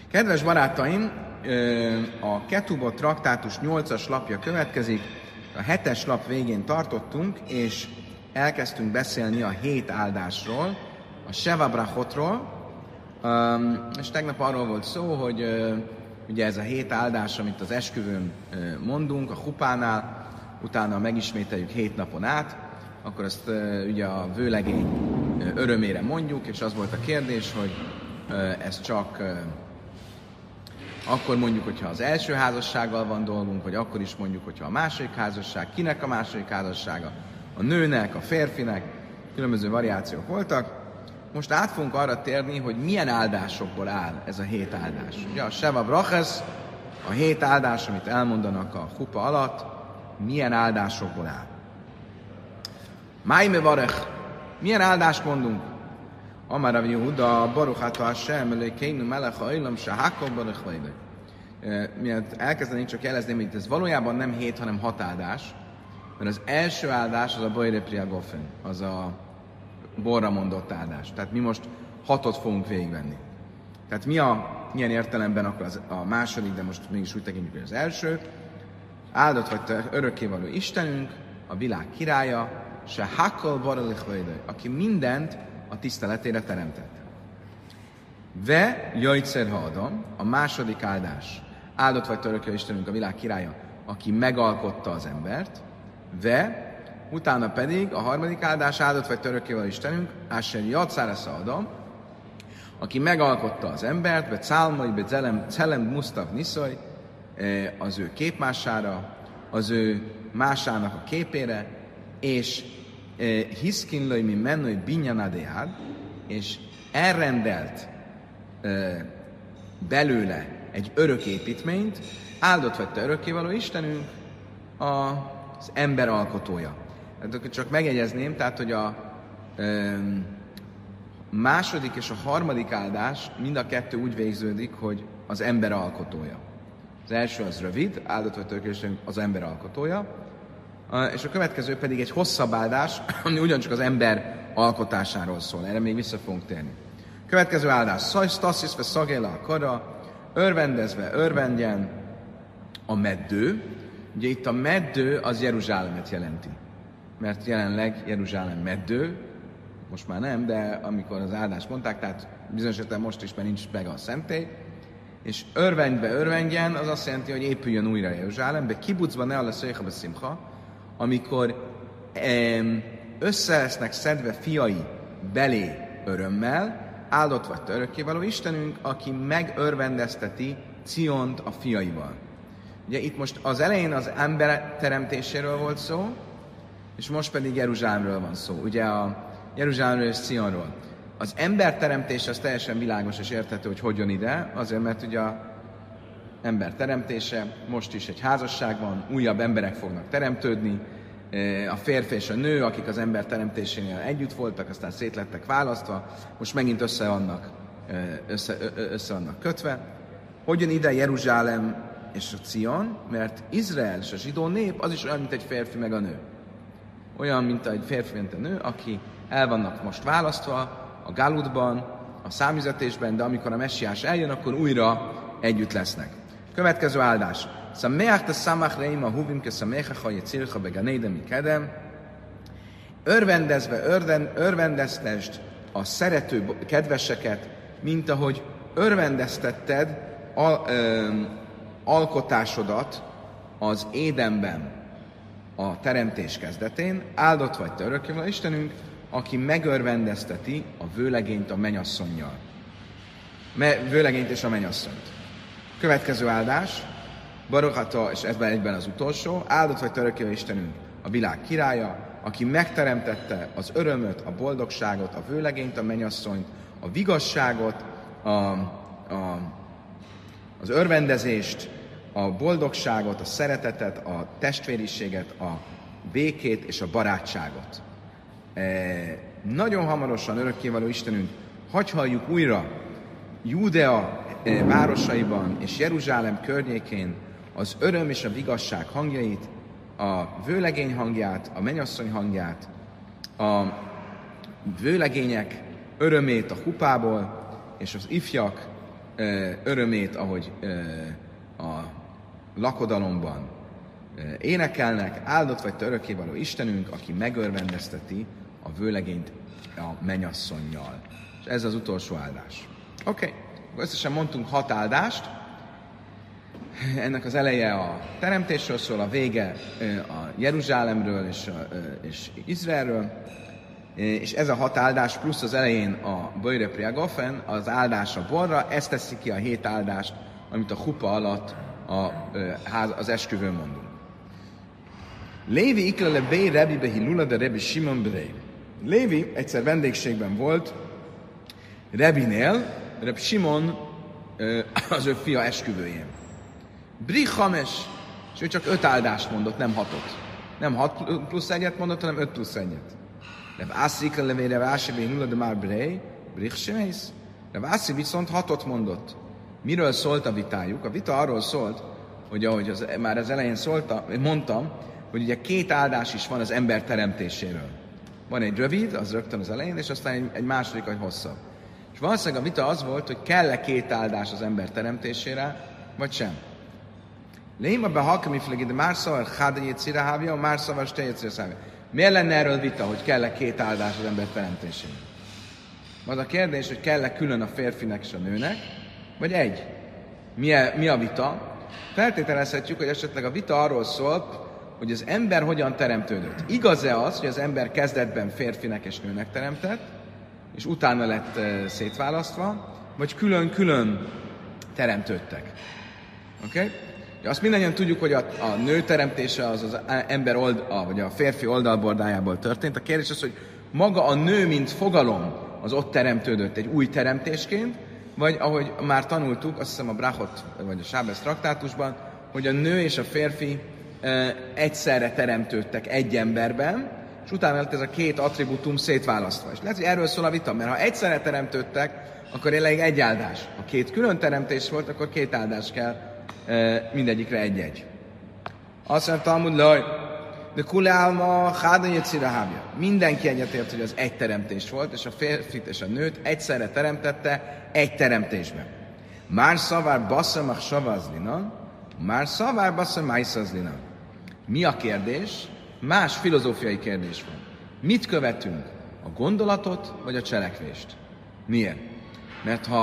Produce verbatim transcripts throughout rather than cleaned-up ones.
Kedves barátaim, a Ketubot traktátus nyolcas lapja következik. A hetes lap végén tartottunk, és elkezdtünk beszélni a hét áldásról, a Sheva Brachotról, és tegnap arról volt szó, hogy ugye ez a hét áldás, amit az esküvőn mondunk, a hupánál, utána megismételjük hét napon át, akkor ezt ugye a vőlegény örömére mondjuk, és az volt a kérdés, hogy ez csak akkor mondjuk, hogyha az első házassággal van dolgunk, vagy akkor is mondjuk, hogyha a második házasság, kinek a második házassága, a nőnek, a férfinek, különböző variációk voltak. Most át fogunk arra térni, hogy milyen áldásokból áll ez a hét áldás. Ugye a Sheva Brachas, a hét áldás, amit elmondanak a hupa alatt, milyen áldásokból áll. Májme varech, milyen áldást mondunk? Amar Rav Yehuda, Baruch Ata Hashem, Elokeinu melech ha'olam, shehakol baruch vajlek. Miért elkezdenénk, csak jelezném, hogy ez valójában nem hét, hanem hat áldás, mert az első áldás az a Boire Priya Gofen, az a borra mondott áldás. Tehát mi most hatot fogunk végigvenni. Tehát mi a, milyen értelemben akkor az, a második, de most mégis úgy tekintjük, hogy az első. Áldott vagy te örökkévaló Istenünk, a világ királya, shehakol baruch vajlek, aki mindent a tiszteletére teremtett. Ve jajtszer ha'adam, a második áldás. Áldott vagy te örökkévaló Istenünk, a világ királya, aki megalkotta az embert. Ve, utána pedig a harmadik áldás, áldott vagy te örökkévaló Istenünk, Asher jatszára ha'adam, aki megalkotta az embert, be cálmai, be celem musztav niszoj, az ő képmására, az ő másának a képére, és hiszkinlői mi mennői binyanadéhád, és elrendelt e, belőle egy örök építményt, áldott vagy te örökkévaló Istenünk, az ember alkotója. Hát csak megjegyezném, tehát, hogy a e, második és a harmadik áldás mind a kettő úgy végződik, hogy az ember alkotója. Az első az rövid, áldott vagy te örökkévaló Istenünk, az ember alkotója, és a következő pedig egy hosszabb áldás, ami ugyancsak az ember alkotásáról szól. Erre még vissza fogunk térni. Következő áldás. Szajsztasziszve szagéla a kara, örvendezve örvendjen a meddő. Ugye itt a meddő az Jeruzsálemet jelenti. Mert jelenleg Jeruzsálem meddő, most már nem, de amikor az áldást mondták, tehát bizonyos esetben most is, mert nincs meg a szentély, és örvendve örvendjen, az azt jelenti, hogy épüljön újra Jeruzsálem, de kibucban ne a szöjha be szimcha, amikor össze lesznek szedve fiai belé örömmel, áldott vagy te örökkévaló Istenünk, aki megörvendezteti Ciont a fiaival. Ugye itt most az elején az ember teremtéséről volt szó, és most pedig Jeruzsálemről van szó. Ugye a Jeruzsálemről és Cionról. Az ember teremtése az teljesen világos és érthető, hogy hogy jön ide, azért, mert ugye a ember teremtése, most is egy házasság van, újabb emberek fognak teremtődni, a férfi és a nő, akik az ember teremtésénél együtt voltak, aztán szét lettek választva, most megint össze vannak, össze, össze vannak kötve. Hogyan ide Jeruzsálem és a Cion? Mert Izrael és a zsidó nép az is olyan, mint egy férfi meg a nő. Olyan, mint egy férfi, mint a nő, aki el vannak most választva a Galutban, a számüzetésben, de amikor a messiás eljön, akkor újra együtt lesznek. Következő áldás. Szameach te szamach reim a huvim ke szamecha ha jecircha beganédemi kedem. Örvendezve örven, örvendeztesd a szerető kedveseket, mint ahogy örvendeztetted al, ö, alkotásodat az Édenben a teremtés kezdetén. Áldott vagy te örökkévaló Istenünk, aki megörvendezteti a vőlegényt a mennyasszonnyal. Me, vőlegényt és a mennyasszonyt. Következő áldás, Baruch Ata, és ezben egyben az utolsó, áldott vagy te örökkévaló Istenünk, a világ királya, aki megteremtette az örömöt, a boldogságot, a vőlegényt, a mennyasszonyt, a vigasságot, a, a, az örvendezést, a boldogságot, a szeretetet, a testvériséget, a békét és a barátságot. E, nagyon hamarosan örökkévaló Istenünk, hagy halljuk újra Júdea e, városaiban és Jeruzsálem környékén az öröm és a vigasság hangjait, a vőlegény hangját, a mennyasszony hangját, a vőlegények örömét a hupából, és az ifjak örömét, ahogy a lakodalomban énekelnek, áldott vagy te örökkévaló Istenünk, aki megörvendezteti a vőlegényt a mennyasszonnyal. És ez az utolsó áldás. Oké, okay. Összesen mondtunk hat áldást. Ennek az eleje a teremtésről szól, a vége a Jeruzsálemről és, a, és Izraelről. És ez a hat áldás plusz az elején a Böjre Priagofen, az áldás a borra, ez teszi ki a hét áldást, amit a hupa alatt a, az esküvőn mondunk. Lévi iklele bej Rebbi behilula de Rebbi Simon brej. Lévi egyszer vendégségben volt Rebinél, Reb Simon az ő fia esküvőjén. Bri Hames, és ő csak öt áldást mondott, nem hatot. Nem hat plusz egyet mondott, hanem öt plusz egyet. Reb Assi iklele Reb Assi behilula de már brej, Bri Simész. Reb Assi viszont hatot mondott. Miről szólt a vitájuk? A vita arról szólt, hogy ahogy az, már az elején szólta, mondtam, hogy ugye két áldás is van az ember teremtéséről. Van egy rövid, az rögtön az elején, és aztán egy, egy második, egy hosszabb. És valószínűleg a vita az volt, hogy kell-e két áldás az ember teremtésére, vagy sem. Léma be halkami flegi, de már szavar hádanyét szirahávja, már szavar stejét szirahávja. Miért lenne erről vita, hogy kell-e két áldás az ember teremtésére? Az a kérdés, hogy kell-e külön a férfinek és a nőnek, vagy egy. Mi a, mi a vita? Feltételezhetjük, hogy esetleg a vita arról szólt, hogy az ember hogyan teremtődött. Igaz-e az, hogy az ember kezdetben férfinek és nőnek teremtett, és utána lett uh, szétválasztva, vagy külön-külön teremtődtek. Oké? Okay? Azt mindannyian tudjuk, hogy a, a nő teremtése az az ember oldal, vagy a férfi oldalbordájából történt. A kérdés az, hogy maga a nő, mint fogalom, az ott teremtődött egy új teremtésként, vagy ahogy már tanultuk, azt hiszem a Brachot, vagy a Sábesz traktátusban, hogy a nő és a férfi e, egyszerre teremtődtek egy emberben, és utána lett ez a két attribútum szétválasztva. És lehet, hogy erről szól a vita, mert ha egyszerre teremtődtek, akkor elég egy áldás. Ha két külön teremtés volt, akkor két áldás kell, e, mindegyikre egy-egy. Azt mondja, Talmud, laj, de kulálma hádanyét szirahábja. Mindenki egyetért, hogy az egy teremtés volt, és a férfit és a nőt egyszerre teremtette egy teremtésben. Már szavár bassza mag savazlina, már szavár bassza májszazlina. Mi a kérdés? Más filozófiai kérdés van. Mit követünk? A gondolatot vagy a cselekvést? Miért? Mert ha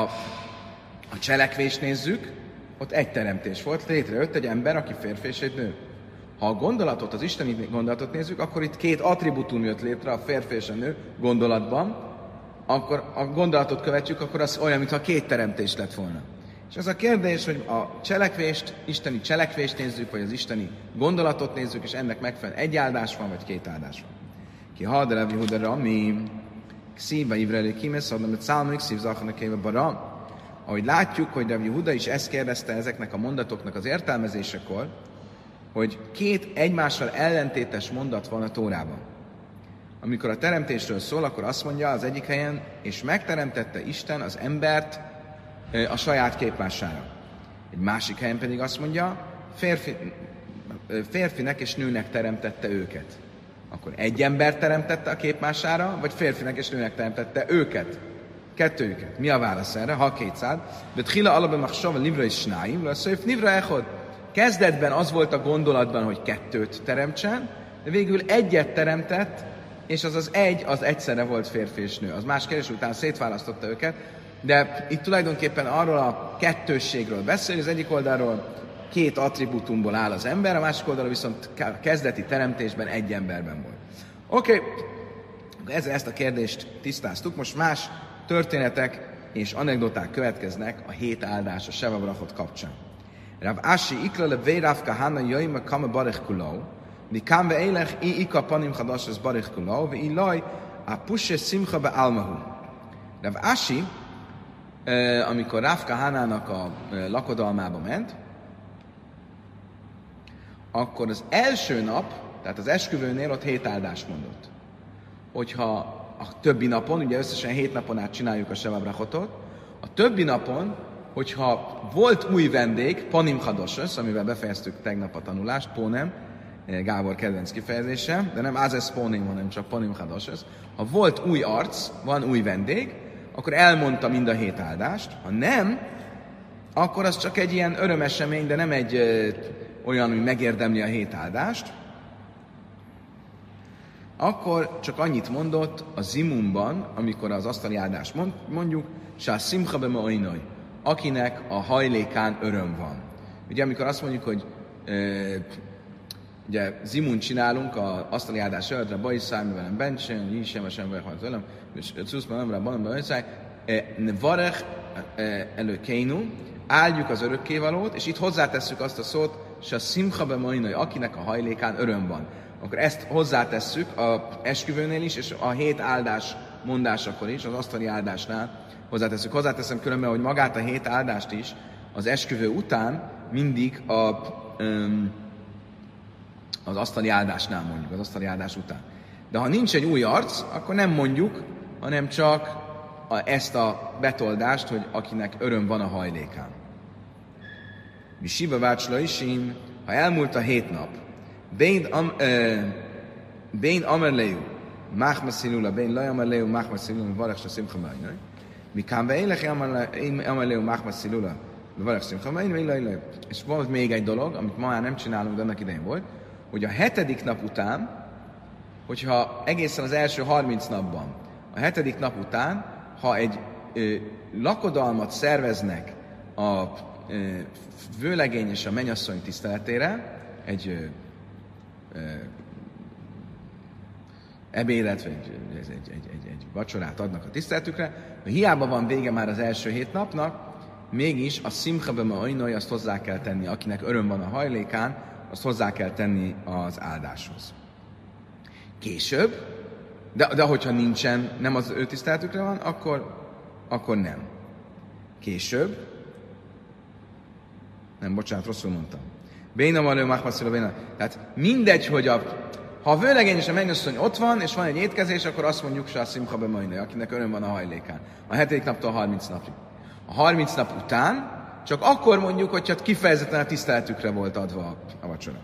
a cselekvést nézzük, ott egy teremtés volt, létrejött egy ember, aki férfi és egy nő. Ha a gondolatot, az isteni gondolatot nézzük, akkor itt két attribútum jött létre, a férfi és a nő gondolatban, akkor a gondolatot követjük, akkor az olyan, mintha két teremtés lett volna. És az a kérdés, hogy a cselekvést, isteni cselekvést nézzük, vagy az isteni gondolatot nézzük, és ennek megfelelően egy áldás van, vagy két áldás van. Ki hadelev Yehuda ami szívva ivrelé kimesz, adom, hogy szálmonik szív zachanak éve bara. Ahogy látjuk, hogy Rav Yehuda is ezt kérdezte ezeknek a mondatoknak az értelmezésekor, hogy két egymással ellentétes mondat van a Tórában. Amikor a teremtésről szól, akkor azt mondja az egyik helyen, és megteremtette Isten az embert a saját képmására. Egy másik helyen pedig azt mondja, férfi, férfinek és nőnek teremtette őket. Akkor egy ember teremtette a képmására, vagy férfinek és nőnek teremtette őket? Kettőjüket. Mi a válasz erre? Ha kétszáz. De tchila alabe machshava livra is snáim, la szöjf livra echod. Kezdetben az volt a gondolatban, hogy kettőt teremtsen, de végül egyet teremtett, és az az egy, az egyszerre volt férfi és nő. Az más kérdés, után szétválasztotta őket, de itt tulajdonképpen arról a kettősségről beszél, az egyik oldalról két attribútumból áll az ember, a másik oldalról viszont kezdeti teremtésben egy emberben volt. Oké, okay. Ezzel ezt a kérdést tisztáztuk, most más történetek és anekdoták következnek a hét áldás a Seva Brachot kapcsán. Rav Ashi ikla levei Rav Kahana yoyma kama barich kulau, mikam ve'elech i ika panim chadashas barich kulau, ve'i loi a pushe simcha be'almahu. Rav Ashi, amikor Rav Kahanának a lakodalmába ment, akkor az első nap, tehát az esküvőnél ott hét áldást mondott. Hogyha a többi napon, ugye összesen hét napon át csináljuk a Seva Brachotot, a többi napon, hogyha volt új vendég, panim chadashas, amivel befejeztük tegnap a tanulást, pónem, Gábor kedvenc kifejezése, de nem azesz pónim, hanem csak panim chadashas. Ha volt új arc, van új vendég, akkor elmondta mind a hét áldást, ha nem, akkor az csak egy ilyen örömesemény, de nem egy ö, olyan, hogy megérdemli a hét áldást. Akkor csak annyit mondott a zimunban, amikor az asztali áldást mond, mondjuk, sá szimcha be ma'inoj, akinek a hajlékán öröm van. Ugye amikor azt mondjuk, hogy ö, ugye zimun csinálunk az asztali áldás előtt, a bajszáj, mivel nem bencsen, így sem, sem vagy hajt velem, és cuszban nem rá, banom, bajszáj, varech előkénu, áldjuk az örökkévalót, és itt hozzátesszük azt a szót, és a szimcha be ma'inoj, akinek a hajlékán öröm van. Akkor ezt hozzátesszük az esküvőnél is, és a hét áldás mondásakor is, az asztali áldásnál hozzátesszük. Hozzáteszem különben, hogy magát a hét áldást is az esküvő után mindig a, um, az asztali áldásnál mondjuk, az asztali áldás után. De ha nincs egy új arc, akkor nem mondjuk, hanem csak a, ezt a betoldást, hogy akinek öröm van a hajlékán. Mi siba vácsla isim, ha elmúlt a hét nap, Bén amerleju, máchma szilula, bén laj amerleju, máchma szilula, varech se szimcha ma'inoj. Mikán beélek amerleju, máchma szilula, varech se szimcha ma'inoj, laj laj. És volt még egy dolog, amit ma már nem csinálunk, de annak idején volt, hogy a hetedik nap után, hogyha egészen az első harminc napban, a hetedik nap után, ha egy ö, lakodalmat szerveznek a ö, vőlegény és a mennyasszony tiszteletére, egy ö, ebédet, vagy egy, egy, egy, egy, egy vacsorát adnak a tiszteletükre, hogy hiába van vége már az első hét napnak, mégis a szimcha be ma'inoj, azt hozzá kell tenni, akinek öröm van a hajlékán, azt hozzá kell tenni az áldáshoz. Később, de, de hogyha nincsen, nem az ő tiszteletükre van, akkor, akkor nem. Később, nem, bocsánat, rosszul mondtam. Béna van ő máhmasszul a béna. Tehát mindegy, hogy a, ha a vőlegény és a mennyasszony ott van, és van egy étkezés, akkor azt mondjuk se a szimcha be ma'inoj, akinek öröm van a hajlékán. A hetedik naptól a harminc napig. A harminc nap után csak akkor mondjuk, hogyha kifejezetten a tiszteletükre volt adva a, a vacsora.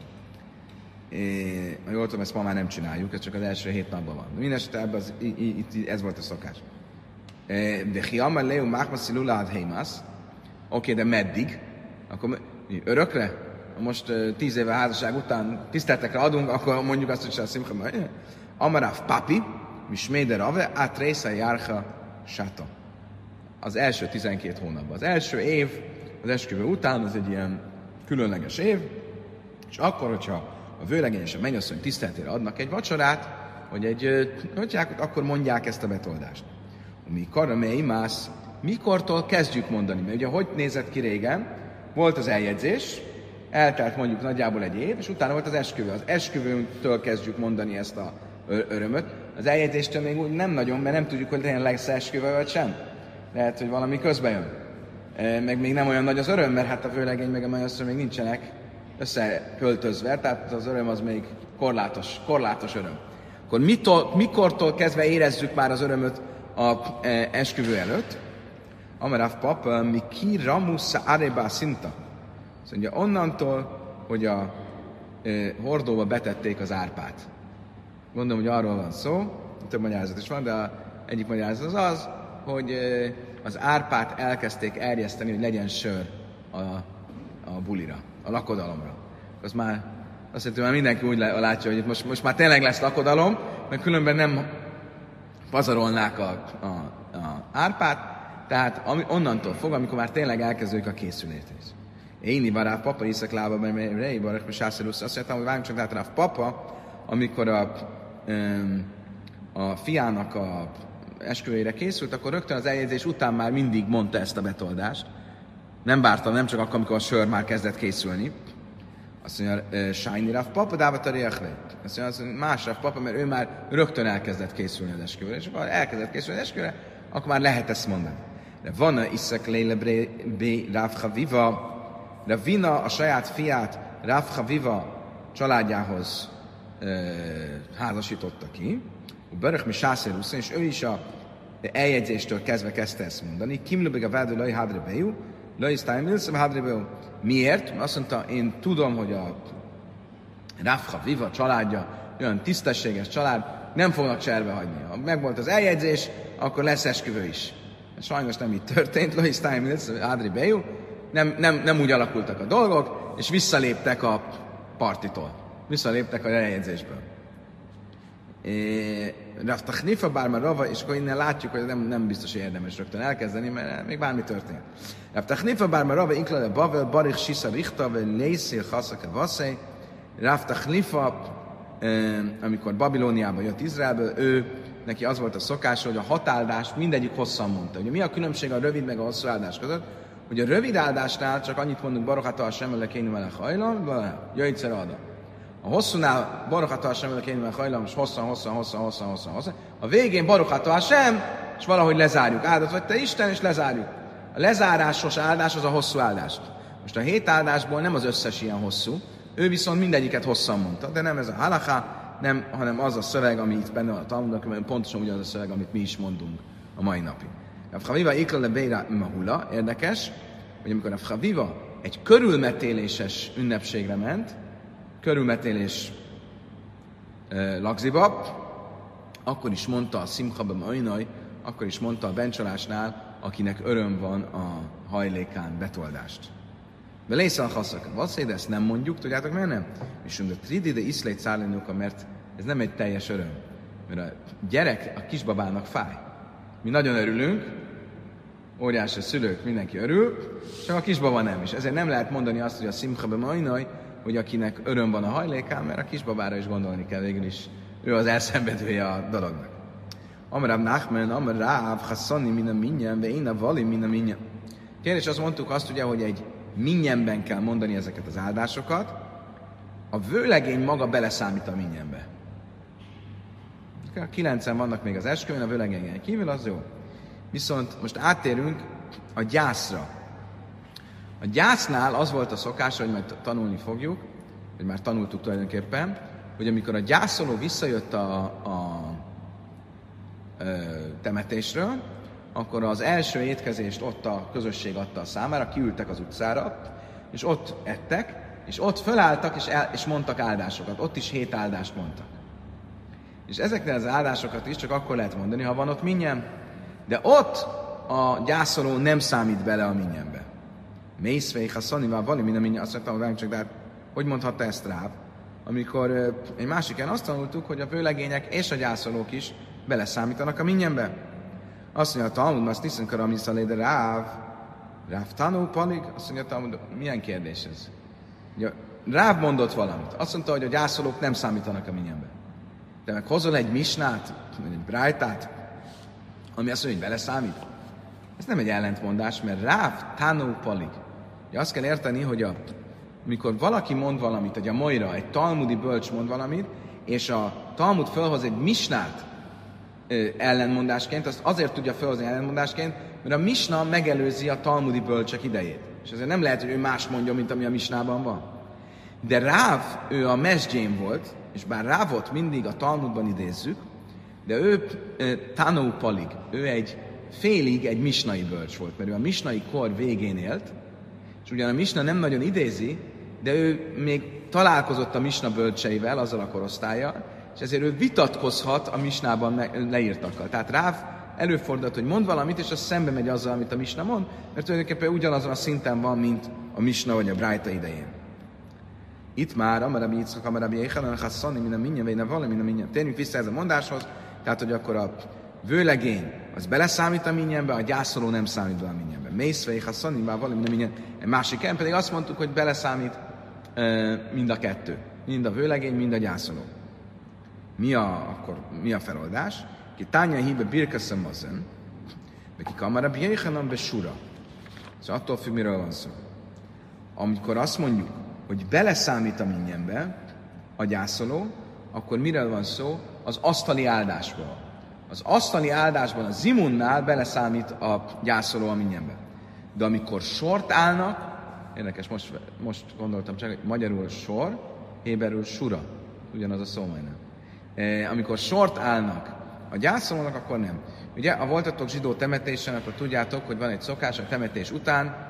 É, ha jól tudom, ezt ma már nem csináljuk, ez csak az első hét napban van. Mindenesetre ebben az, itt ez volt a szokás. De hiamar leu máhmasszilula ad heimász. Oké, de meddig? Akkor örökre? Most uh, tíz éve házasság után tiszteletekre adunk, akkor mondjuk azt, hogy se a szimcha ma'inoj. Amaráv papi, mi sméder ave, át része járha sáta. Az első tizenkét hónapban. Az első év, az esküvő után, az egy ilyen különleges év, és akkor, hogyha a vőlegény és a mennyasszony tiszteletére adnak egy vacsorát, vagy egy, hogy akkor mondják ezt a betoldást. Mi karamei mász, mikortól kezdjük mondani? Mert ugye hogy nézett ki régen? Volt az eljegyzés, eltelt mondjuk nagyjából egy év, és utána volt az esküvő. Az esküvőtől kezdjük mondani ezt a örömöt. Az eljegyzéstől még úgy nem nagyon, mert nem tudjuk, hogy tényleg lesz esküvő vagy sem. Lehet, hogy valami közben jön. Meg még nem olyan nagy az öröm, mert hát a vőlegény meg a mennyasszony még nincsenek összeköltözve, tehát az öröm az még korlátos, korlátos öröm. Akkor mitől, mikortól kezdve érezzük már az örömöt a esküvő előtt? Amarav pap, mi ki ramusa areba szinta. Azt mondja, onnantól, hogy a e, hordóba betették az árpát. Gondolom, hogy arról van szó, több magyarázat is van, de a egyik magyarázat az az, hogy e, az árpát elkezdték erjeszteni, hogy legyen sör a, a bulira, a lakodalomra. Az már azt hiszem, hogy mindenki úgy látja, hogy itt most, most már tényleg lesz lakodalom, mert különben nem pazarolnák a, a, a árpát, tehát ami, onnantól fog, amikor már tényleg elkezdődik a készülétész. Éni varáv papa iszak lába, mert rei barach, mert sászerusz, azt mondtam, hogy vágjunk csak tehát ráv papa, amikor a, a fiának a esküvőjére készült, akkor rögtön az eljegyzés után már mindig mondta ezt a betoldást. Nem vártam, nem csak akkor, amikor a sör már kezdett készülni. Azt mondja, Sájni ráv papa, dávat a riachve. Azt mondja, más ráv papa, mert ő már rögtön elkezdett készülni az esküvőre. És akkor elkezdett készülni az esküvőre, akkor már lehet ezt mondani. De van-e iszak léle bé ráv chaviva, Ravina a saját fiát Rav Chaviva családjához e, házasította ki, Berech mi sászerusz, és ő is a eljegyzéstől kezdve kezdte ezt mondani. Kimlubig a vádő laj hadrebeu, laj sztájmilszem hadrebeu. Miért? Mert azt mondta, én tudom, hogy a Rav Chaviva családja olyan tisztességes család, nem fognak cserbe hagyni. Ha megvolt az eljegyzés, akkor lesz esküvő is. Sajnos nem így történt, laj sztájmilszem hadrebeu. nem, nem, nem úgy alakultak a dolgok, és visszaléptek a partitól. Visszaléptek a lejegyzésből. Rav Tachnifa Bárma Rava, és akkor innen látjuk, hogy nem, nem biztos, hogy érdemes rögtön elkezdeni, mert még bármi történt. Rav Tachnifa Bárma Rava, Inklade Bavel, Barich Sisa Richta, Lészél Chaszake Vasszai. Rav Tachnifa, amikor Babilóniába jött Izraelből, ő, neki az volt a szokása, hogy a hat áldást mindegyik hosszan mondta. Ugye mi a különbség a rövid meg a hosszú áldás között? Hogy a rövid áldásnál csak annyit mondunk, Baruch atah Hashem elokeinu melech haolam, jöjtszer ada. A hosszúnál Baruch atah Hashem elokeinu melech haolam, és hosszan, hosszan, hosszan, hosszan, hosszan, hosszan. A végén Baruch atah Hashem, és valahogy lezárjuk. Áldott vagy te Isten, és lezárjuk. A lezárásos áldás az a hosszú áldás. Most a hét áldásból nem az összes ilyen hosszú, ő viszont mindegyiket hosszan mondta, de nem ez a halacha, nem, hanem az a szöveg, ami itt benne van a Talmudban, pontosan ugyanaz a szöveg, amit mi is mondunk a mai napig. A Chaviva iklale beira mahula, érdekes, hogy amikor a Chaviva egy körülmetéléses ünnepségre ment, körülmetélés e, lagziba, akkor is mondta a Simcha B'Mainai, akkor is mondta a bencsolásnál, akinek öröm van a hajlékán betoldást. De lészan haszak. Valószínűleg, de ezt nem mondjuk, tudjátok miért nem? És a tridi de iszlét szárlányóka, mert ez nem egy teljes öröm. Mert a gyerek a kisbabának fáj. Mi nagyon örülünk, óriási a szülők, mindenki örül, csak a kisbaba nem is. Ezért nem lehet mondani azt, hogy a Simcha B'Mainai, hogy akinek öröm van a hajlékán, mert a kisbabára is gondolni kell végül is. Ő az elszenvedője a dolognak. Amarav Nachman, Amarav Chassani mina minyan, ve én a vali mina minyan. Kérdés, azt mondtuk azt ugye, hogy egy minnyenben kell mondani ezeket az áldásokat, a vőlegény maga beleszámít a minnyenbe. Kilencen vannak még az esküvőn, a vőlegényen kívül, az jó. Viszont most áttérünk a gyászra. A gyásznál az volt a szokás, hogy majd tanulni fogjuk, hogy már tanultuk tulajdonképpen, hogy amikor a gyászoló visszajött a, a, a temetésről, akkor az első étkezést ott a közösség adta a számára, kiültek az utcára, és ott ettek, és ott fölálltak, és, el, és mondtak áldásokat. Ott is hét áldást mondtak. És ezeknél az áldásokat is csak akkor lehet mondani, ha van ott minnyen. De ott a gyászoló nem számít bele a minnyenbe. Mészvei, ha szanivá, vali, minden minnyen, azt mondtam, hogy csak, de hát hogy mondhatta ezt Ráv? Amikor uh, egy másikán azt tanultuk, hogy a vőlegények és a gyászolók is beleszámítanak a minnyenbe. Azt mondja, a Talmud, azt hiszem, hogy Ramiszalé, de Ráv, Ráv tanul, palig, azt mondja, a Talmud, milyen kérdés ez? Ugye, Ráv mondott valamit. Azt mondta, hogy a gyászolók nem számítanak a minnyenbe. De meg hozol egy misnát, vagy egy brájtát, ami azt mondja, hogy beleszámít. Ez nem egy ellentmondás, mert Ráv tanul, palig. Ugye azt kell érteni, hogy a, amikor valaki mond valamit, hogy a Moira, egy talmudi bölcs mond valamit, és a Talmud felhoz egy misnát ö, ellenmondásként, azt azért tudja felhozni ellenmondásként, mert a misna megelőzi a talmudi bölcsek idejét. És ezért nem lehet, hogy ő más mondja, mint ami a misnában van. De Ráv, ő a mesdjén volt, és bár Rávot mindig a Talmudban idézzük, de ő ö, tanú palig, ő egy félig egy misnai bölcs volt, mert ő a misnai kor végén élt, és ugyan a misna nem nagyon idézi, de ő még találkozott a misna bölcseivel, azzal a korosztállyal, és ezért ő vitatkozhat a misnában leírtakkal. Tehát Ráv előfordult, hogy mond valamit, és az szembe megy azzal, amit a misna mond, mert tulajdonképpen ugyanazon a szinten van, mint a misna vagy a brájta idején. Itt már, amarabi Yitzchak, amarabi Jéchanan, Hasszani, minden minnyen, vagy valami, minden minnyen. Térjünk vissza ez a mondáshoz, tehát, hogy akkor a vőlegény az beleszámít a minnyenbe, a gyászoló nem számít be a minnyenbe. Mészvei, Hasszani, már valami, minden minnyen. Egy másik helyen pedig azt mondtuk, hogy beleszámít uh, mind a kettő. Mind a vőlegény, mind a gyászoló. Mi a, akkor, mi a feloldás? Ki tánya híbe birkaszem mazen, ki kamarabi Jéchanan be sura. Szóval attól függ, miről van szó. Amikor azt mondjuk, hogy beleszámít a minnyenbe a gyászoló, akkor miről van szó? Az asztali áldásból. Az asztali áldásban, a zimunnál beleszámít a gyászoló a minnyenbe. De amikor sort állnak, érdekes, most, most gondoltam csak, hogy magyarul sor, héberül sura, ugyanaz a szó majdnem. E, amikor sort állnak a gyászolónak, akkor nem. Ugye, ha voltatok zsidó temetésen, akkor tudjátok, hogy van egy szokás, a temetés után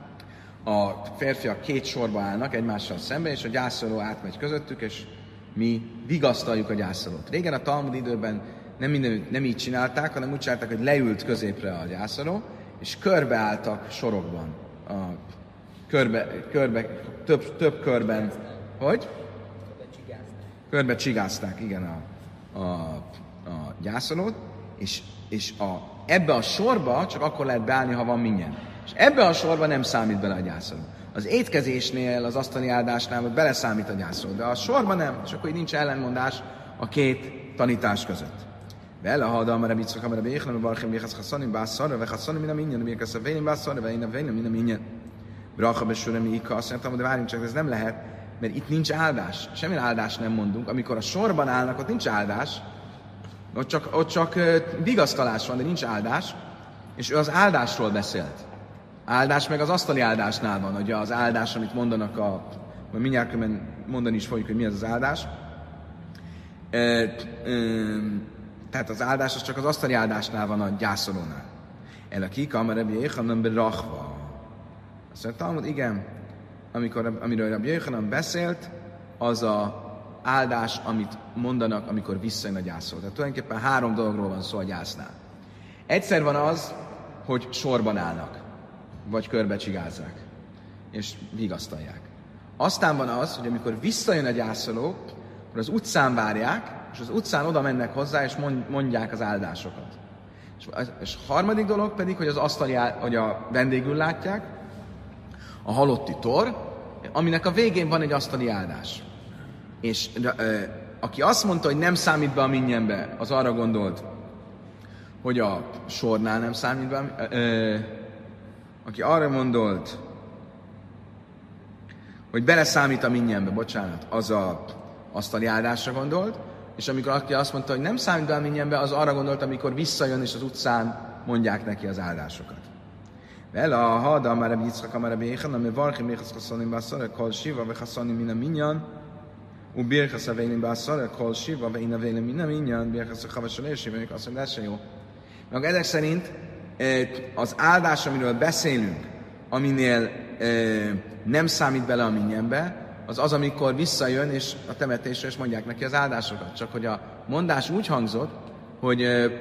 a férfiak két sorba állnak egymással szemben, és a gyászoló átmegy közöttük, és mi vigasztaljuk a gyászolót. Régen a Talmud időben nem, minden, nem így csinálták, hanem úgy csinálták, hogy leült középre a gyászoló, és körbeálltak sorokban a körbe, körbe, több, több körben, hogy? Körbe csigázták, igen, a, a, a gyászolót, és, és a, ebbe a sorba csak akkor lehet beállni, ha van minyen. És ebbe a sorba nem számít bele a gyászoló. Az étkezésnél, az asztali áldásnál ott beleszámít a gyászoló, de a sorban nem, és akkor így nincs ellenmondás a két tanítás között. Vele hada amara bicok amara béchlem, barchim béchasz haszanim bászarra, ve haszanim min a minyen, békasz a vélem bászarra, ve én a vélem min a minyen. Bracha besúra mi ika, azt mondtam, de várjunk csak, ez nem lehet, mert itt nincs áldás. Semmilyen áldást nem mondunk. Amikor a sorban állnak, ott nincs áldás, ott csak, ott csak uh, vigasztalás van, de nincs áldás, és ő az áldásról beszélt. Áldás meg az asztali áldásnál van, ugye az áldás, amit mondanak a... Majd mindjárt különben mondani is fogjuk, hogy mi az az áldás. E, e, tehát az áldás az csak az asztali áldásnál van a gyászolónál. El a kika, amire Rabbi Jéhanan berachva. Azt mondta, Talmud, igen, amikor, amiről Rabbi Jéhanan beszélt, az a áldás, amit mondanak, amikor visszajön a gyászoló. Tehát tulajdonképpen három dologról van szó a gyásznál. Egyszer van az, hogy sorban állnak, vagy körbecsigázzák, és vigasztalják. Aztán van az, hogy amikor visszajön a gyászoló, akkor az utcán várják, és az utcán oda mennek hozzá, és mondják az áldásokat. És, és a harmadik dolog pedig, hogy az asztali, hogy a vendégül látják, a halotti tor, aminek a végén van egy asztali áldás. És ö, aki azt mondta, hogy nem számít be a minnyenbe, az arra gondolt, hogy a sornál nem számít be. Ö, aki arra gondolt, hogy beleszámít a minnyenbe, bocsánat, az a asztali áldásra gondolt, és amikor aki azt mondta, hogy nem számít be a minnyenbe, az arra gondolt, amikor visszajön, és az utcán mondják neki az áldásokat. Vele a hada, már a Yitzchak, már a Béchan, mert varchi méchasz haszonim bászara, kol siva, ve haszonim min a minyan, u birchasz a vélim bászara, kol siva, ve én a vélim min a minyan, birchasz a havasolés, és azt mondja, ez se jó. Meg ezek szerint az áldás, amiről beszélünk, aminél nem számít bele a minnyenbe, az az, amikor visszajön és a temetésre, és mondják neki az áldásokat. Csak hogy a mondás úgy hangzott, hogy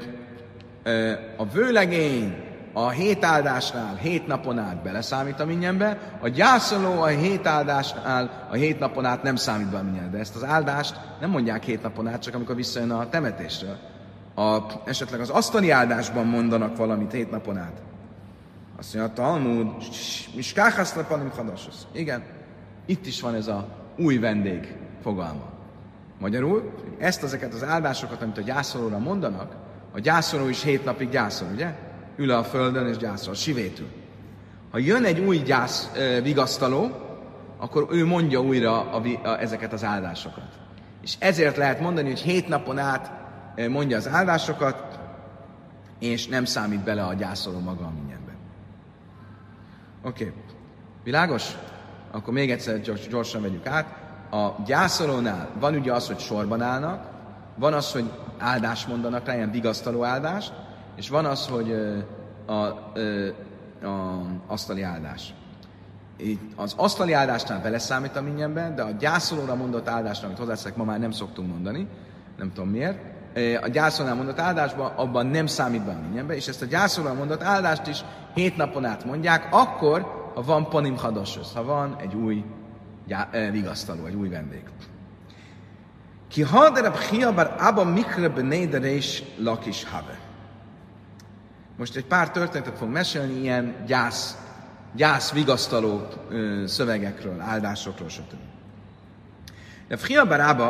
a vőlegény a hét áldásnál hét napon át beleszámít a minnyenbe, a gyászoló a hét áldásnál a hét napon át nem számít be a minnyenbe. Ezt az áldást nem mondják hét napon át, csak amikor visszajön a temetésről. A, esetleg az asztali áldásban mondanak valamit hét napon át. Azt mondja, a Talmud, miskáhászlepanim hadasosz. Igen, itt is van ez a új vendég fogalma. Magyarul, ezt ezeket az áldásokat, amit a gyászolóra mondanak, a gyászoló is hét napig gyászol, ugye? Ül a földön és gyászol, sivétül. Ha jön egy új gyász e, vigasztaló, akkor ő mondja újra a, a, ezeket az áldásokat. És ezért lehet mondani, hogy hét napon át e, mondja az áldásokat, és nem számít bele a gyászoló maga a minnyenben. Oké. Okay. Világos? Akkor még egyszer gyors, gyorsan vegyük át. A gyászolónál van ugye az, hogy sorban állnak, van az, hogy áldást mondanak rá, ilyen vigasztaló áldást, és van az, hogy a, a, a, a asztali áldás. Itt az asztali áldásnál beleszámít a minnyenben, de a gyászolóra mondott áldásnál, amit hozzáteszek, ma már nem szoktunk mondani, nem tudom miért, a gyászolónál mondott áldásban, abban nem számít be a minnyenbe, és ezt a gyászolóra mondott áldást is hét napon át mondják, akkor, ha van panim hadoshoz, ha van egy új gyá, eh, vigasztaló, egy új vendég. Ki haderab hiabar abba mikre benéderés lakis have. Most egy pár történetet fogunk mesélni, ilyen gyász, gyász vigasztaló ö, szövegekről, áldásokról, stb. De hiabar abba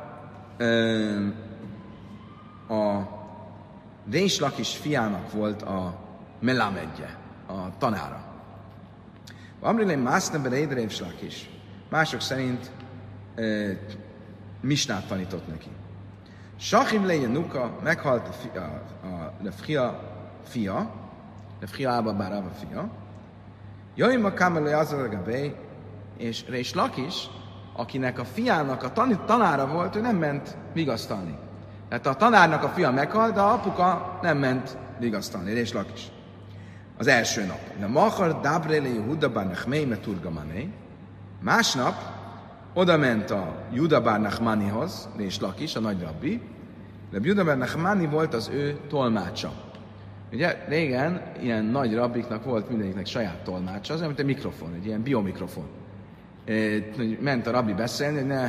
a Rés Lakis fiának volt a melamedje, a tanára. Amrilén mászne berédre és Lakis. Mások szerint e, misnát tanított neki. Sachim leje nuka, meghalt a, fi, a, a Lefria fia, Lefria Ába bár Ába fia. Jöjjön a kamelő azon gabé, és Rés Lakis, akinek a fiának a tan- tanára volt, ő nem ment vigasztalni. Tehát a tanárnak a fia meghalt, de a apuka nem ment vigasztalni, Rés Lakis. Az első nap. Na Machar Dabrele Yehuda bar Nachmei meturgamané. Másnap oda ment a Juda bar Nachmanihoz, Rés Lakis, a nagy rabbi, de Juda bar Nachmani volt az ő tolmácsa. Ugye régen ilyen nagy rabbiknak volt mindegyiknek saját tolmácsa, az olyan, mint egy mikrofon, egy ilyen biomikrofon. Ment a rabbi beszélni, hogy ne,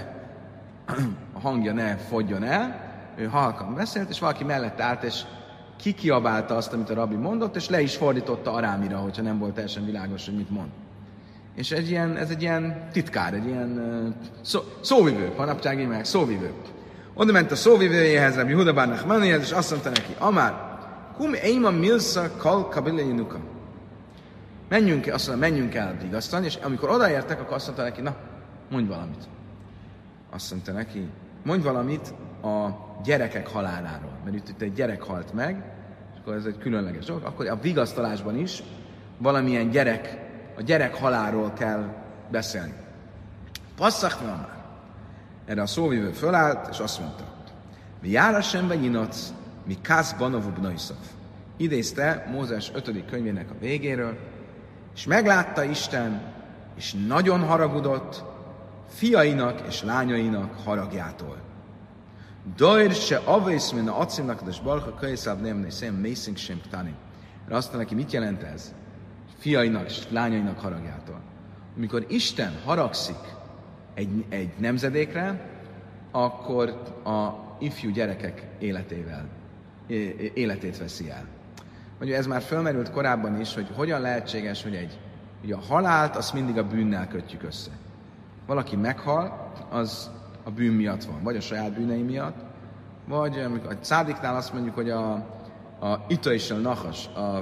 a hangja ne fogjon el, ő halkan beszélt, és valaki mellett állt, és kikiabálta azt, amit a rabbi mondott, és le is fordította arámira, hogyha nem volt teljesen világos, hogy mit mond. És egy ilyen, ez egy ilyen titkár, egy ilyen uh, szó, szóvivő, manapság így meg szóvivő. Oda ment a szóvivőjéhez, Rabbi Huda bar Nachmanihez, és azt mondta neki, Amár, kum eima milsa kal kabileinuka. Menjünk, azt mondta, menjünk el vigasztalni, és amikor odaértek, akkor azt mondta neki, na, mondj valamit. Azt mondta neki, mondj valamit a gyerekek haláláról. Mert itt, itt egy gyerek halt meg, és akkor ez egy különleges dolog, akkor a vigasztalásban is valamilyen gyerek, a gyerek halálról kell beszélni. Passzak már. Erre a szóvivő fölállt, és azt mondta, mi járasem vegyinac, mi kász banavu bnaiszaf. Idézte Mózes ötödik könyvének a végéről, és meglátta Isten, és nagyon haragudott fiainak és lányainak haragjától. Dajr se avész min a acimnak, de sbarha kölyszáv némné szém mészink sem ptani. Erre azt mondta neki, mit jelent ez? Fiainak és lányainak haragjától. Amikor Isten haragszik egy, egy nemzedékre, akkor a ifjú gyerekek életével, életét veszi el. Ugye ez már felmerült korábban is, hogy hogyan lehetséges, hogy egy, ugye a halált azt mindig a bűnnel kötjük össze. Valaki meghal, az a bűn miatt van, vagy a saját bűnei miatt, vagy amikor a cádiknál azt mondjuk, hogy a, a ita és a nachas, a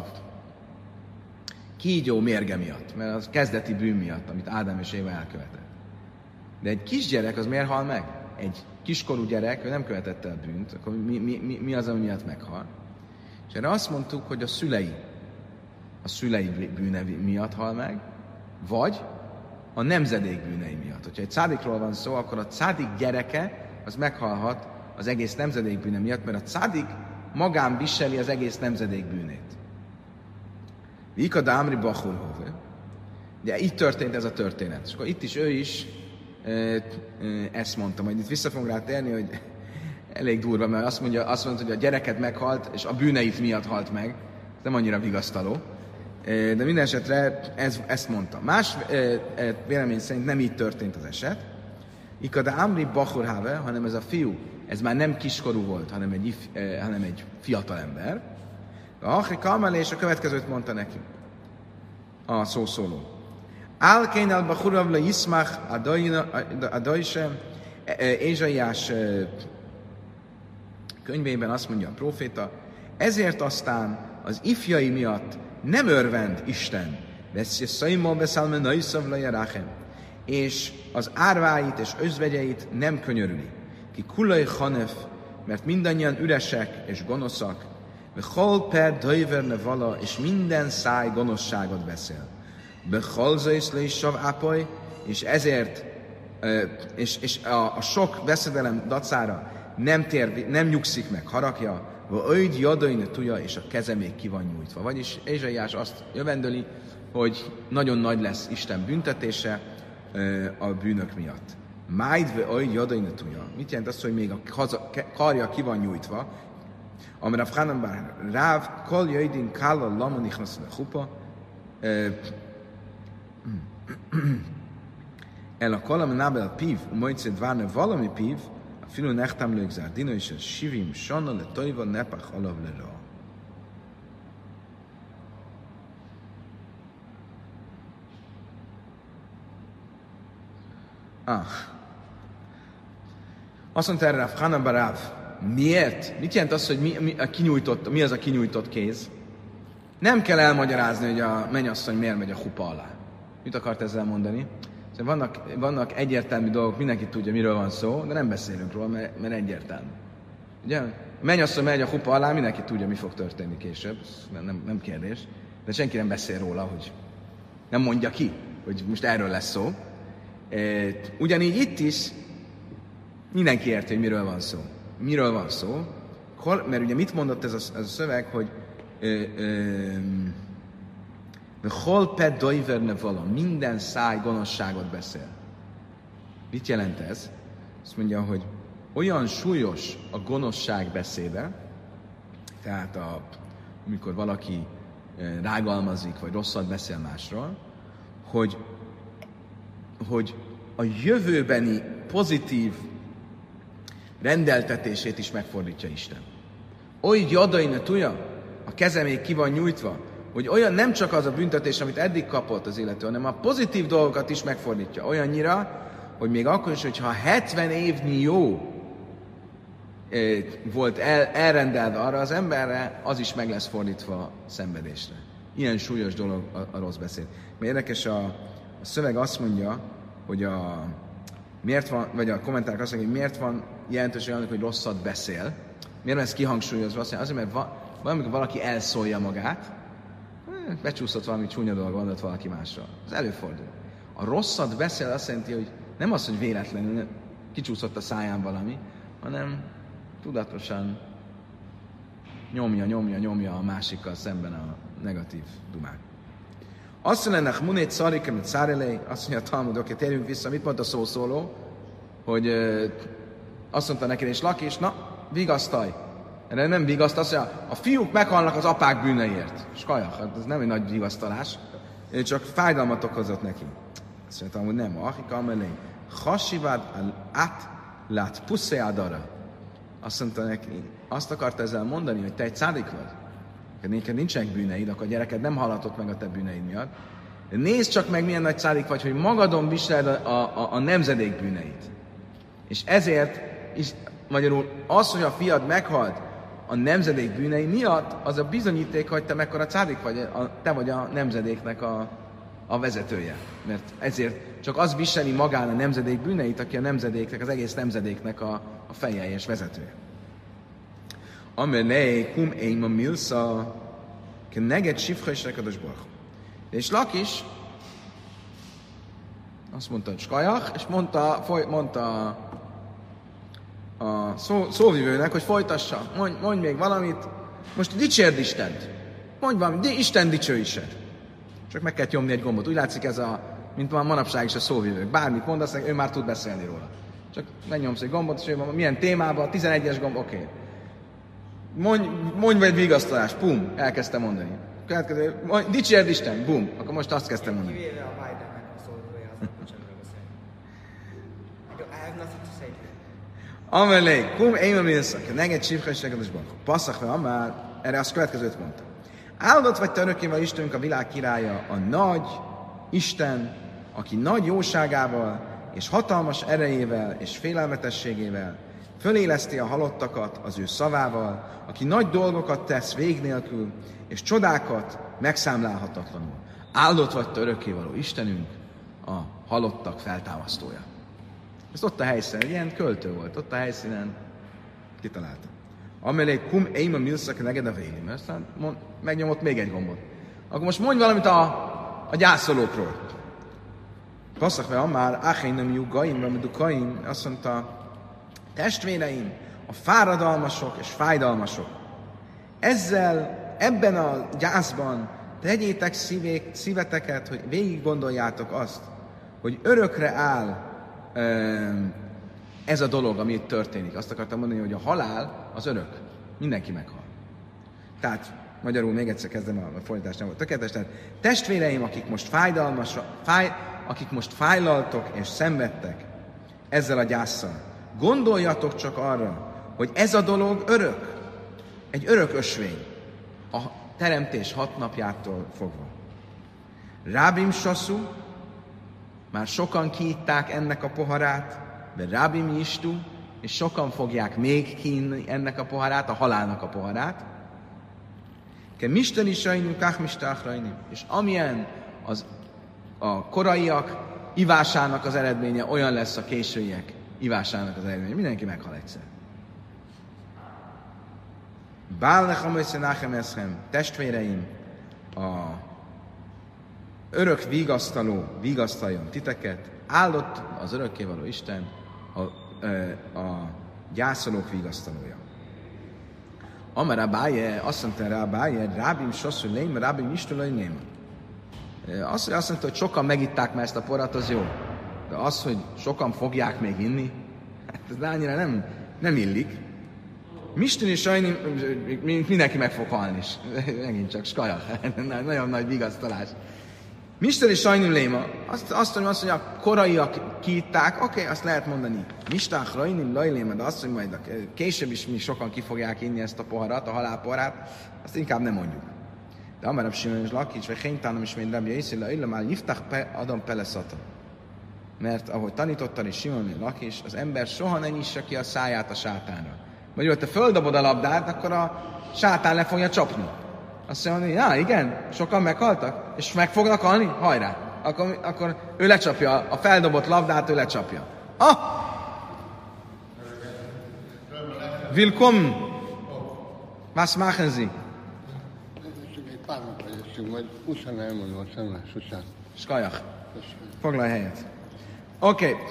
kígyó mérge miatt, mert az kezdeti bűn miatt, amit Ádám és Éva elkövetett. De egy kisgyerek az miért hal meg? Egy kiskorú gyerek, ő nem követett el bűnt, akkor mi, mi, mi, mi az, ami miatt meghal? És erre azt mondtuk, hogy a szülei, a szülei bűne miatt hal meg, vagy a nemzedék bűnei miatt. Hogyha egy cádikról van szó, akkor a cádik gyereke az meghalhat az egész nemzedék bűne miatt, mert a cádik magán viseli az egész nemzedék bűnét. Vika dámri bachurhove. De így történt ez a történet. És akkor itt is ő is e, e, ezt mondta. Majd itt vissza fogunk rá térni, hogy elég durva, mert azt mondja, azt mondta, hogy a gyereket meghalt, és a bűneit miatt halt meg. Ez nem annyira vigasztaló. E, de minden esetre ez, ezt mondta. Más e, e, vélemény szerint nem így történt az eset. Ika dámri bachurhove, hanem ez a fiú, ez már nem kiskorú volt, hanem egy, e, hanem egy fiatal ember. A Achri Kalmelé, és a következőt mondta neki a szószóló. Álkén el bachurav le yiszmach adajse, Ézsaiás könyvében azt mondja a próféta, ezért aztán az ifjai miatt nem örvend Isten, és az árváit és özvegyeit nem könyörüli. Ki kulaj hanef, mert mindannyian üresek és gonoszak, Bechol per döjverne vala, és minden száj gonoszságot beszél. Bechol zöjszle is sav ápoly, és ezért, és, és a, a sok veszedelem dacára nem, tér, nem nyugszik meg haragja, vagy öjd jadain tuja, és a keze még ki van nyújtva. Vagyis Ézsaiás azt jövendöli, hogy nagyon nagy lesz Isten büntetése a bűnök miatt. Májdve öjd jadain tuja. Mit jelent az, hogy még a karja ki van nyújtva? Amire a Chanan bar Ráv, kol jöjdin kállal lama nichnasz le chupa, el a kolam nábel pív, majd dvárne valami pív, a filu nechtam lőgzár, dina is a sivim sonna le tojva nepach alav le ra. Ah. Azt mondta erre a Chanan bar Ráv, miért? Mit jelent az, hogy mi, mi, a kinyújtott, mi az a kinyújtott kéz? Nem kell elmagyarázni, hogy a mennyasszony miért megy a hupa alá. Mit akart ezzel mondani? Szóval vannak, vannak egyértelmű dolgok, mindenki tudja, miről van szó, de nem beszélünk róla, mert, mert egyértelmű. Ugye? A mennyasszony megy a hupa alá, mindenki tudja, mi fog történni később, nem, nem, nem kérdés. De senki nem beszél róla, hogy nem mondja ki, hogy most erről lesz szó. E, ugyanígy itt is mindenki érti, hogy miről van szó. Miről van szó? Mert ugye mit mondott ez a, ez a szöveg, hogy hol ped dojverne vala, minden száj gonoszságot beszél. Mit jelent ez? Azt mondja, hogy olyan súlyos a gonoszság beszéde, tehát a, amikor valaki rágalmazik, vagy rosszat beszél másról, hogy, hogy a jövőbeni pozitív rendeltetését is megfordítja Isten. Oly jadaine tuja, a keze még ki van nyújtva, hogy olyan nem csak az a büntetés, amit eddig kapott az illető, hanem a pozitív dolgokat is megfordítja. Olyannyira, hogy még akkor is, hogyha hetven évnyi jó volt el, elrendelve arra az emberre, az is meg lesz fordítva szenvedésre. Ilyen súlyos dolog a, a rossz beszéd. Mert érdekes, a, a szöveg azt mondja, hogy a, miért van, vagy a kommentárok azt mondják, hogy miért van jelentőség annak, hogy rosszat beszél. Miért van ez kihangsúlyozva? Azt mondja, azért, mert va, valamikor valaki elszólja magát, becsúszott valami csúnya dolog, gondolt valaki másra. Ez előfordul. A rosszat beszél azt jelenti, hogy nem az, hogy véletlenül kicsúszott a száján valami, hanem tudatosan nyomja, nyomja, nyomja a másikkal szemben a negatív dumát. Azt mondja, hogy munét szarikem, mint szárelej, azt mondja a Talmud, oké, térjünk vissza, mit mondta a szószóló, hogy ö, azt mondta neki, és Lakis, na, vigasztalj. Erre nem vigaszt, azt mondja, a fiúk meghalnak az apák bűneiért. És kajak, hát ez nem egy nagy vigasztalás, csak fájdalmat okozott neki. Azt mondta, hogy nem, ahika amelé, hasivad át lát puszéadara. Azt mondta neki, azt akarta ezzel mondani, hogy te egy szádik vagy. Neked nincsenek bűneid, akkor a gyereked nem hallhatott meg a te bűneid miatt. De nézd csak meg, milyen nagy szádik vagy, hogy magadon viseled a, a, a nemzedék bűneit. És ezért is, magyarul az, hogy a fiad meghalt a nemzedék bűnei miatt, az a bizonyíték, hogy te mekkora cádik vagy, a, te vagy a nemzedéknek a, a vezetője. Mert ezért csak az viseli magán a nemzedék bűneit, aki a nemzedéknek, az egész nemzedéknek a, a feje és vezetője. Amelé kum éma milsza ke neged sifra és rekados barch. És Lakis azt mondta, hogy skajach, és mondta, foly, mondta a szó, szóvivőnek, hogy folytassa, mondj, mondj még valamit, most dicsérd Istent. Mondj valamit, di, Isten dicsőítsed. Csak meg kell nyomni egy gombot. Úgy látszik ez a, mint van manapság is a szóvivők. Bármit mondasz, ő már tud beszélni róla. Csak megnyomsz egy gombot, és ő van, milyen témában, tizenegyes gomb, oké. Okay. Mondj, mondj egy vigasztalás, pum, elkezdte mondani. Következő, mondj, dicsérd Isten, bum, akkor most azt kezdtem mondani. Kivéve a Bidennek a szóvivője, az nem sem beszélni. I have nothing to say to you. Amelé, kum éma milszak, neged sifra és rekados barch. Passzak fel, amár, erre az következőt mondta. Áldott vagy te örökkéval Istenünk, a világ királya, a nagy Isten, aki nagy jóságával és hatalmas erejével és félelmetességével föléleszti a halottakat az ő szavával, aki nagy dolgokat tesz vég nélkül, és csodákat megszámlálhatatlanul. Áldott vagy te örökkévaló Istenünk, a halottak feltámasztója. Ez ott a helyszínen, egy ilyen költő volt, ott a helyszínen kitalálta. Amelé kum éma milszak neged a vélim. Aztán mond, megnyomott még egy gombot. Akkor most mondj valamit a, a gyászolókról. Passzak ve amár, áhénem jugaim, ramedukaim, azt mondta, testvéreim, a fáradalmasok és fájdalmasok. Ezzel, ebben a gyászban tegyétek szívék, szíveteket, hogy végig gondoljátok azt, hogy örökre áll ez a dolog, ami itt történik. Azt akartam mondani, hogy a halál az örök. Mindenki meghal. Tehát, magyarul még egyszer kezdem, a fordítás nem volt tökéletes. Tehát testvéreim, akik most fájdalmas, fáj, akik most fájlaltok és szenvedtek ezzel a gyásszal, gondoljatok csak arra, hogy ez a dolog örök. Egy örök ösvény. A teremtés hat napjától fogva. Rábim Sasszú, már sokan kiitták ennek a poharát, de Rábim Istú, és sokan fogják még kiinni ennek a poharát, a halálnak a poharát. Ke misten is rajnunk, kach mistáhrajnim. És amilyen az a koraiak ivásának az eredménye, olyan lesz a későiek ivásának az eredménye. Mindenki meghal egyszer. Bálnecham összenachem eszem, testvéreim, a örök vigasztaló vigasztaljon titeket, áldott az örökkévaló Isten, a, a, a gyászolók vigasztalója. Amar Abáje, azt mondta rá Abáje, Rábim Sasszú Léma, Rábim Istulai Léma. Azt, hogy azt mondta, hogy sokan megitták már ezt a porat, az jó. De az, hogy sokan fogják még inni, hát ez annyira nem, nem illik. Misten és sajni, mindenki meg fog halni is. Megint csak skaja. Nagyon nagy vigasztalás. Misten és sajni léma. Azt, azt mondja, azt, hogy a koraiak kiitták, oké, okay, azt lehet mondani. Mistán rajnim lajléma, de azt, hogy majd később is mi sokan ki fogják inni ezt a poharat, a halálpoharát, azt inkább nem mondjuk. De amerebb Simon és Lakics, vagy Hénytánom is, mint Rabbi Yossi, le már nyiftach adom peleszata. Mert ahogy tanítottan is Simon és Lakics, az ember soha ne nyissa ki a száját a sátánra. Vagy ha te földobod a labdát, akkor a sátán le fogja csapni. Azt mondja, hogy já, igen, sokan meghaltak, és meg fognak halni? Hajrá! Akkor, akkor ő lecsapja, a feldobott labdát ő lecsapja. Ah! Willkommen! Was machen Sie? Egy pár napra jöttünk, majd utána elmondom a tanulás után. Skajach. Foglalj helyet. Oké. Okay.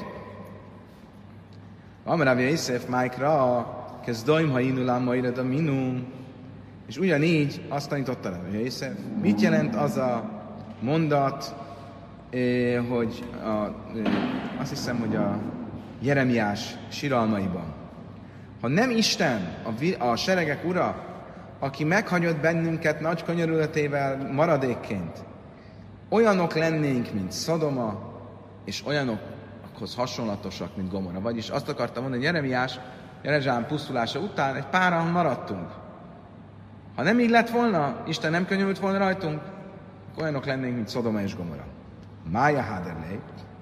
Amarav Yosef Májkra, kezdoim, ha inulám, ma ired a minum. És ugyanígy azt tanította le, hogy Yosef, mit jelent az a mondat, hogy a, azt hiszem, hogy a Jeremiás siralmaiban. Ha nem Isten, a, a seregek ura, aki meghagyott bennünket nagy könyörületével maradékként, olyanok lennénk, mint Szodoma, és olyanokhoz hasonlatosak, mint Gomorra. Vagyis azt akartam mondani, hogy Jeremiás, Jerezsám pusztulása után egy páran maradtunk. Ha nem így lett volna, Isten nem könyörült volna rajtunk, akkor olyanok lennénk, mint Szodoma és Gomorra. Mája Haderlei.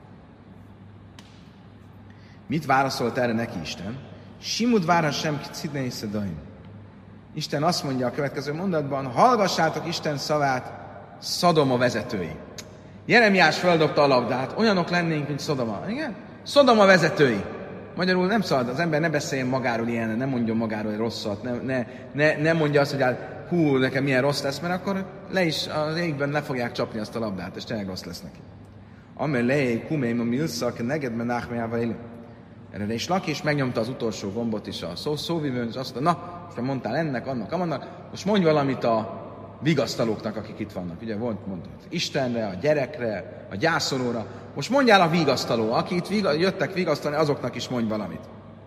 Mit válaszolt erre neki Isten? Simud vára sem cidnei szedaim. Isten azt mondja a következő mondatban, hallgassátok Isten szavát, Szodoma vezetői. Jeremiás földobta a labdát, olyanok lennénk, mint Szodoma. Igen? Szodoma vezetői. Magyarul nem szabad, az ember ne beszéljen magáról ilyen, ne mondjon magáról egy rosszat, ne, ne, ne, ne mondja azt, hogy hát, hú, nekem milyen rossz lesz, mert akkor le is az égben le fogják csapni azt a labdát, és tényleg rossz lesz neki. Amely lejjé, kuméim a milszak, negedben náhmjával élő. Erre is Laki is megnyomta az utolsó gombot is a szó, szóvivőn, és azt mondta, na, most mondtál ennek, annak, amannak, most mondj valamit a vigasztalóknak, akik itt vannak. Ugye volt mondta Istenre, a gyerekre, a gyászolóra. Most mondjál a vigasztaló, akik itt viga, jöttek vigasztalni, azoknak is mondj valamit.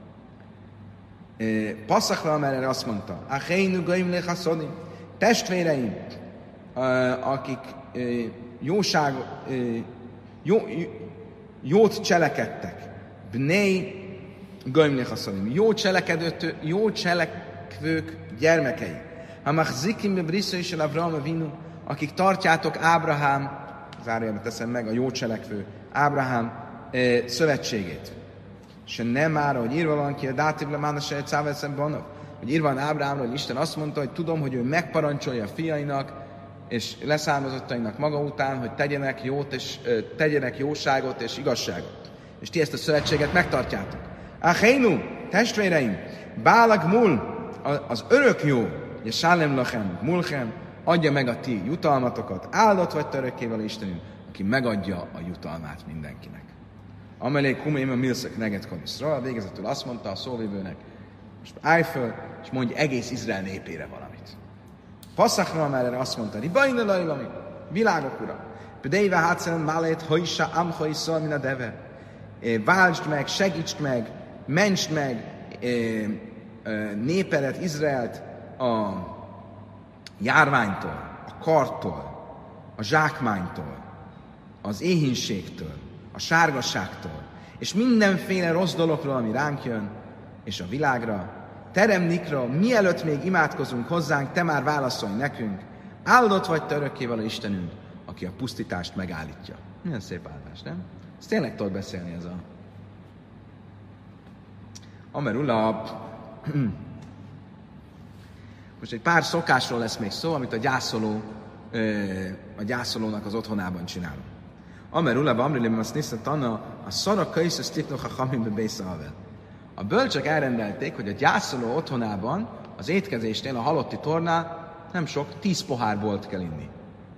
E, Passzakra, amerre azt mondta, Achéinu gaim lechaszodim, testvéreim, akik e, jóság, e, jó, jót cselekedtek, bnei gaim lechaszodim, jó cselekedő, jó cselekvők gyermekei. Hamachzikim bebriszai és Avraham avinu, akik tartjátok Ábrahám, zárójelbe teszem meg, a jó cselekvő, Ábrahám e, szövetségét. És nem már, hogy írva van ki, a dátibla mána se egy száveszem hogy írva van Ábrahámra, hogy Isten azt mondta, hogy tudom, hogy ő megparancsolja a fiainak, és leszármazottainak maga után, hogy tegyenek jót, és e, tegyenek jóságot és igazságot. És ti ezt a szövetséget megtartjátok. Achénu, testvéreim, bálag mul, az örök jó, és Sálem lachem, mulchem, adja meg a ti jutalmatokat, áldott vagy örökkével Istenünk, aki megadja a jutalmát mindenkinek. Amelé kuméim a milszek neget koniszra, végezetül azt mondta a szóvivőnek, most állj föl, és mondj egész Izrael népére valamit. Passzakra, amerre azt mondta, ribain elajlami, világok ura, pödeive hátszeren málét, hajsa, amha iszol, min a deve. Váltsd meg, segítsd meg, mentsd meg népedet, Izraelt, a járványtól, a kartól, a zsákmánytól, az éhínségtől, a sárgasságtól, és mindenféle rossz dologról, ami ránk jön, és a világra. Teremnikra, mielőtt még imádkozunk hozzánk, te már válaszolj nekünk, áldott vagy te örökkévaló Istenünk, aki a pusztítást megállítja. Milyen szép áldás, nem? Ez tényleg tudod beszélni ez a... Amerula... Most egy pár szokásról lesz még szó, amit a gyászoló, a gyászolónak az otthonában csinálunk. Amerula, Amrilim, azt nézte tanna, a szarakai és a sztiknoch a hamimbe bészalvel. A bölcsök elrendelték, hogy a gyászoló otthonában, az étkezésnél, a halotti tornál nem sok, tíz pohár bort kell inni.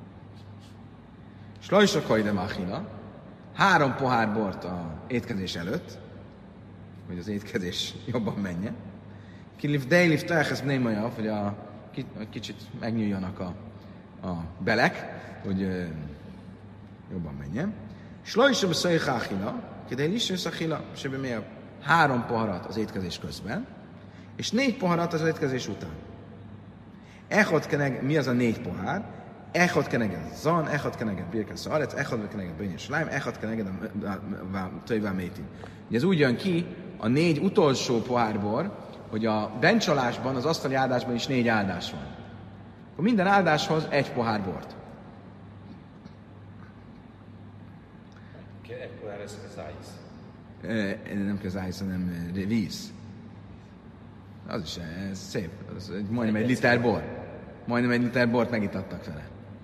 Slajsakai de machina, három pohár bort az étkezés előtt, hogy az étkezés jobban menjen. Kilif dejlif tehez némajav, hogy a kicsit megnyúljanak a, a belek, hogy ö, jobban menjen. Slajsabb szajháhila, kedélis és szachila, sebe mélyebb. Három poharat az étkezés közben, és négy poharat az étkezés után. Echot keneg, mi az a négy pohár? Echot keneget zan, echot keneget birkesz arec, echot keneget bönyös lájm, echot keneget a töjvá métin. Ugye ez úgy jön ki a négy utolsó pohárból, hogy a bencsalásban, az asztali áldásban is négy áldás van. Akkor minden áldáshoz egy pohár bort. Egy pohár ez az ájsz. Nem kell zájsz, hanem víz. Az is, ez szép. Az majdnem egy liter bor. Majdnem egy liter bort megitattak vele.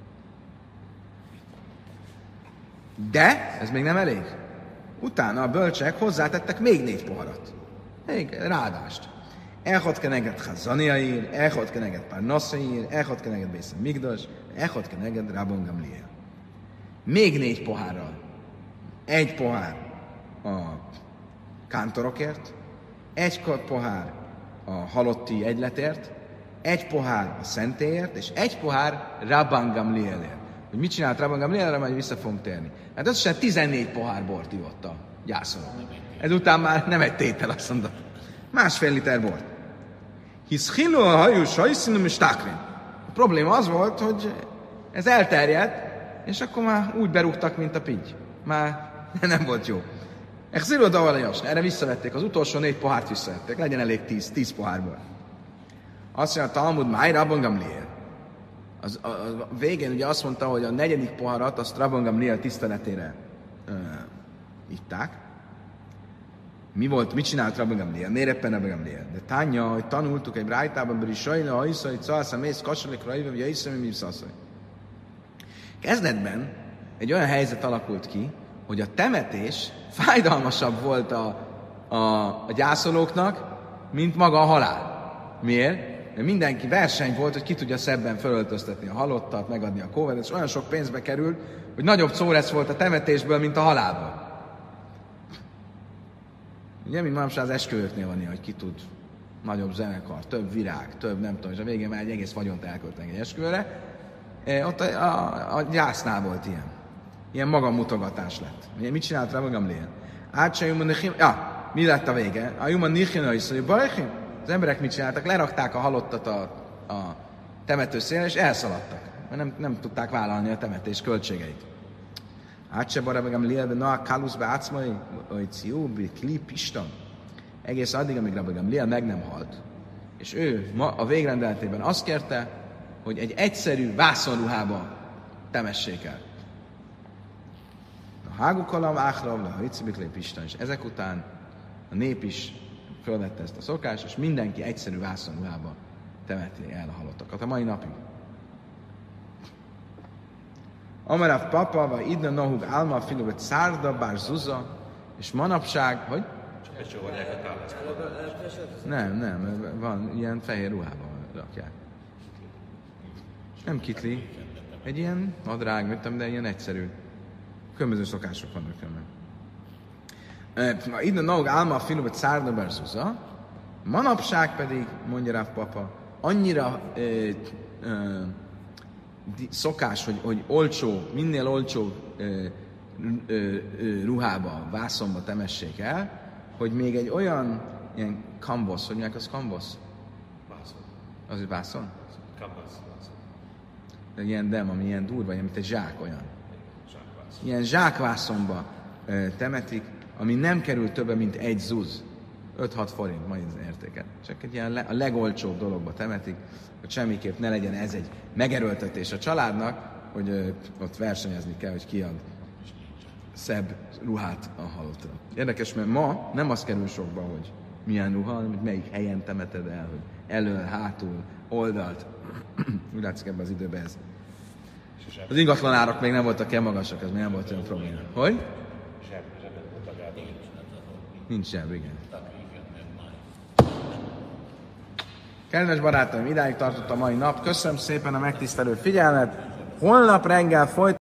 De ez még nem elég. Utána a bölcsek hozzátettek még négy poharat. Még ráadást. Echot keneget Chazaniair, echot keneget Parnassair, echot keneget Bészen Migdos, echot keneget Rabban Gamliel. Még négy pohárral. Egy pohár a kántorokért, egy pohár a halotti egyletért, egy pohár a szentélyért, és egy pohár Rabban Gamlielért. Hogy mit csinált Rabban Gamlielre, majd vissza fogunk térni. Hát összesen tizennégy pohár bort ivott a gyászoló. Ezután már nem egy tétel, azt mondta. Másfél liter bort. Hisz hiló a hajós hajszínum és tákvin. A probléma az volt, hogy ez elterjedt, és akkor már úgy berúgtak, mint a pigy. Már nem volt jó. Exiló davalajos. Erre visszavették, az utolsó négy pohárt visszavették. Legyen elég tíz, tíz pohárból. Azt mondja, a Talmud máj Rabban Gamliel. Az, a, a végén ugye azt mondta, hogy a negyedik poharat azt Rabban Gamliel tiszteletére uh, itták. Mi volt, mit csinált Rabban Gamliel? Miért éppen Rabban Gamliel? De tánya, hogy tanultuk egy brájtában, beri sajna, ha iszai, szalszám, mész, kassalik, rajva, vagy iszai, mi szaszai. Kezdetben egy olyan helyzet alakult ki, hogy a temetés fájdalmasabb volt a, a, a gyászolóknak, mint maga a halál. Miért? Mert mindenki verseny volt, hogy ki tudja szebben fölöltöztetni a halottat, megadni a kóvedet, és olyan sok pénzbe került, hogy nagyobb szóresz volt a temetésből, mint a halálból. Ugye, mint manapság az esküvőknél van ilyen, hogy ki tud nagyobb zenekar, több virág, több nem tudom, és a végén már egy egész vagyont elköltenek egy esküvőre. E, ott a, a, a gyásznál volt ilyen. Ilyen magamutogatás lett. Ugye, mit csinált Rabban Gamliel? Átsajuman nechim... Ja, mi lett a vége? A juman nichina is, hogy barechim. Az emberek mit csináltak? Lerakták a halottat a, a temető szélre, és elszaladtak. Mert nem, nem tudták vállalni a temetés költségeit. Átse Rabban Gamliel, de na, kaluszbe átszmai, hogy ciúbi, kli, pistan. Egész addig, amíg Rabban Gamliel meg nem halt. És ő ma a végrendeletében azt kérte, hogy egy egyszerű vászonruhába temessék el. A hágukalam áhrav, le hajcibikli pistan. És ezek után a nép is fölvette ezt a szokást, és mindenki egyszerű vászonruhába temeti el a halottakat a mai napig. Amarav papa, vagy idna nahug álma filovet szárda, bár zuza, és manapság, hogy? Csak ezt csavarják a tálaszt. Nem, nem, van, ilyen fehér ruhában rakják. Nem kitli, egy ilyen nadrág, mit tudom, de ilyen egyszerű. Különböző szokások vannak önben. Idna nahug álma filovet szárda, bár zuza, manapság pedig, mondja Rav papa, annyira ö, ö, szokás, hogy, hogy olcsó, minél olcsóbb ö, ö, ö, ruhába, vászonba temessék el, hogy még egy olyan ilyen kambosz, hogy mondják, az kambosz? Vászon. Az egy vászon? Kambasz, vászon. De ilyen dem, ami ilyen durva, ilyen, mint egy zsák olyan. Zsákvászon. Ilyen zsákvászonba ö, temetik, ami nem kerül többe, mint egy zuz. öt-hat forint, majd az értéke. Csak egy ilyen le, a legolcsóbb dologba temetik, hogy semmiképp ne legyen ez egy megerőltetés a családnak, hogy ö, ott versenyezni kell, hogy kiad szebb ruhát a halottra. Érdekes, mert ma nem az kerül sokba, hogy milyen ruha, hanem hogy melyik helyen temeted el, hogy elől, hátul, oldalt. Úgy látszik ebben az időben ez. Az ingatlanárak még nem voltak ilyen magasak, ez még nem volt olyan probléma. Hogy? Zseb, zsebben volt a gárdon. Nincs zseb, igen. Kedves barátaim, idáig tartott a mai nap. Köszönöm szépen a megtisztelő figyelmet. Holnap reggel folyt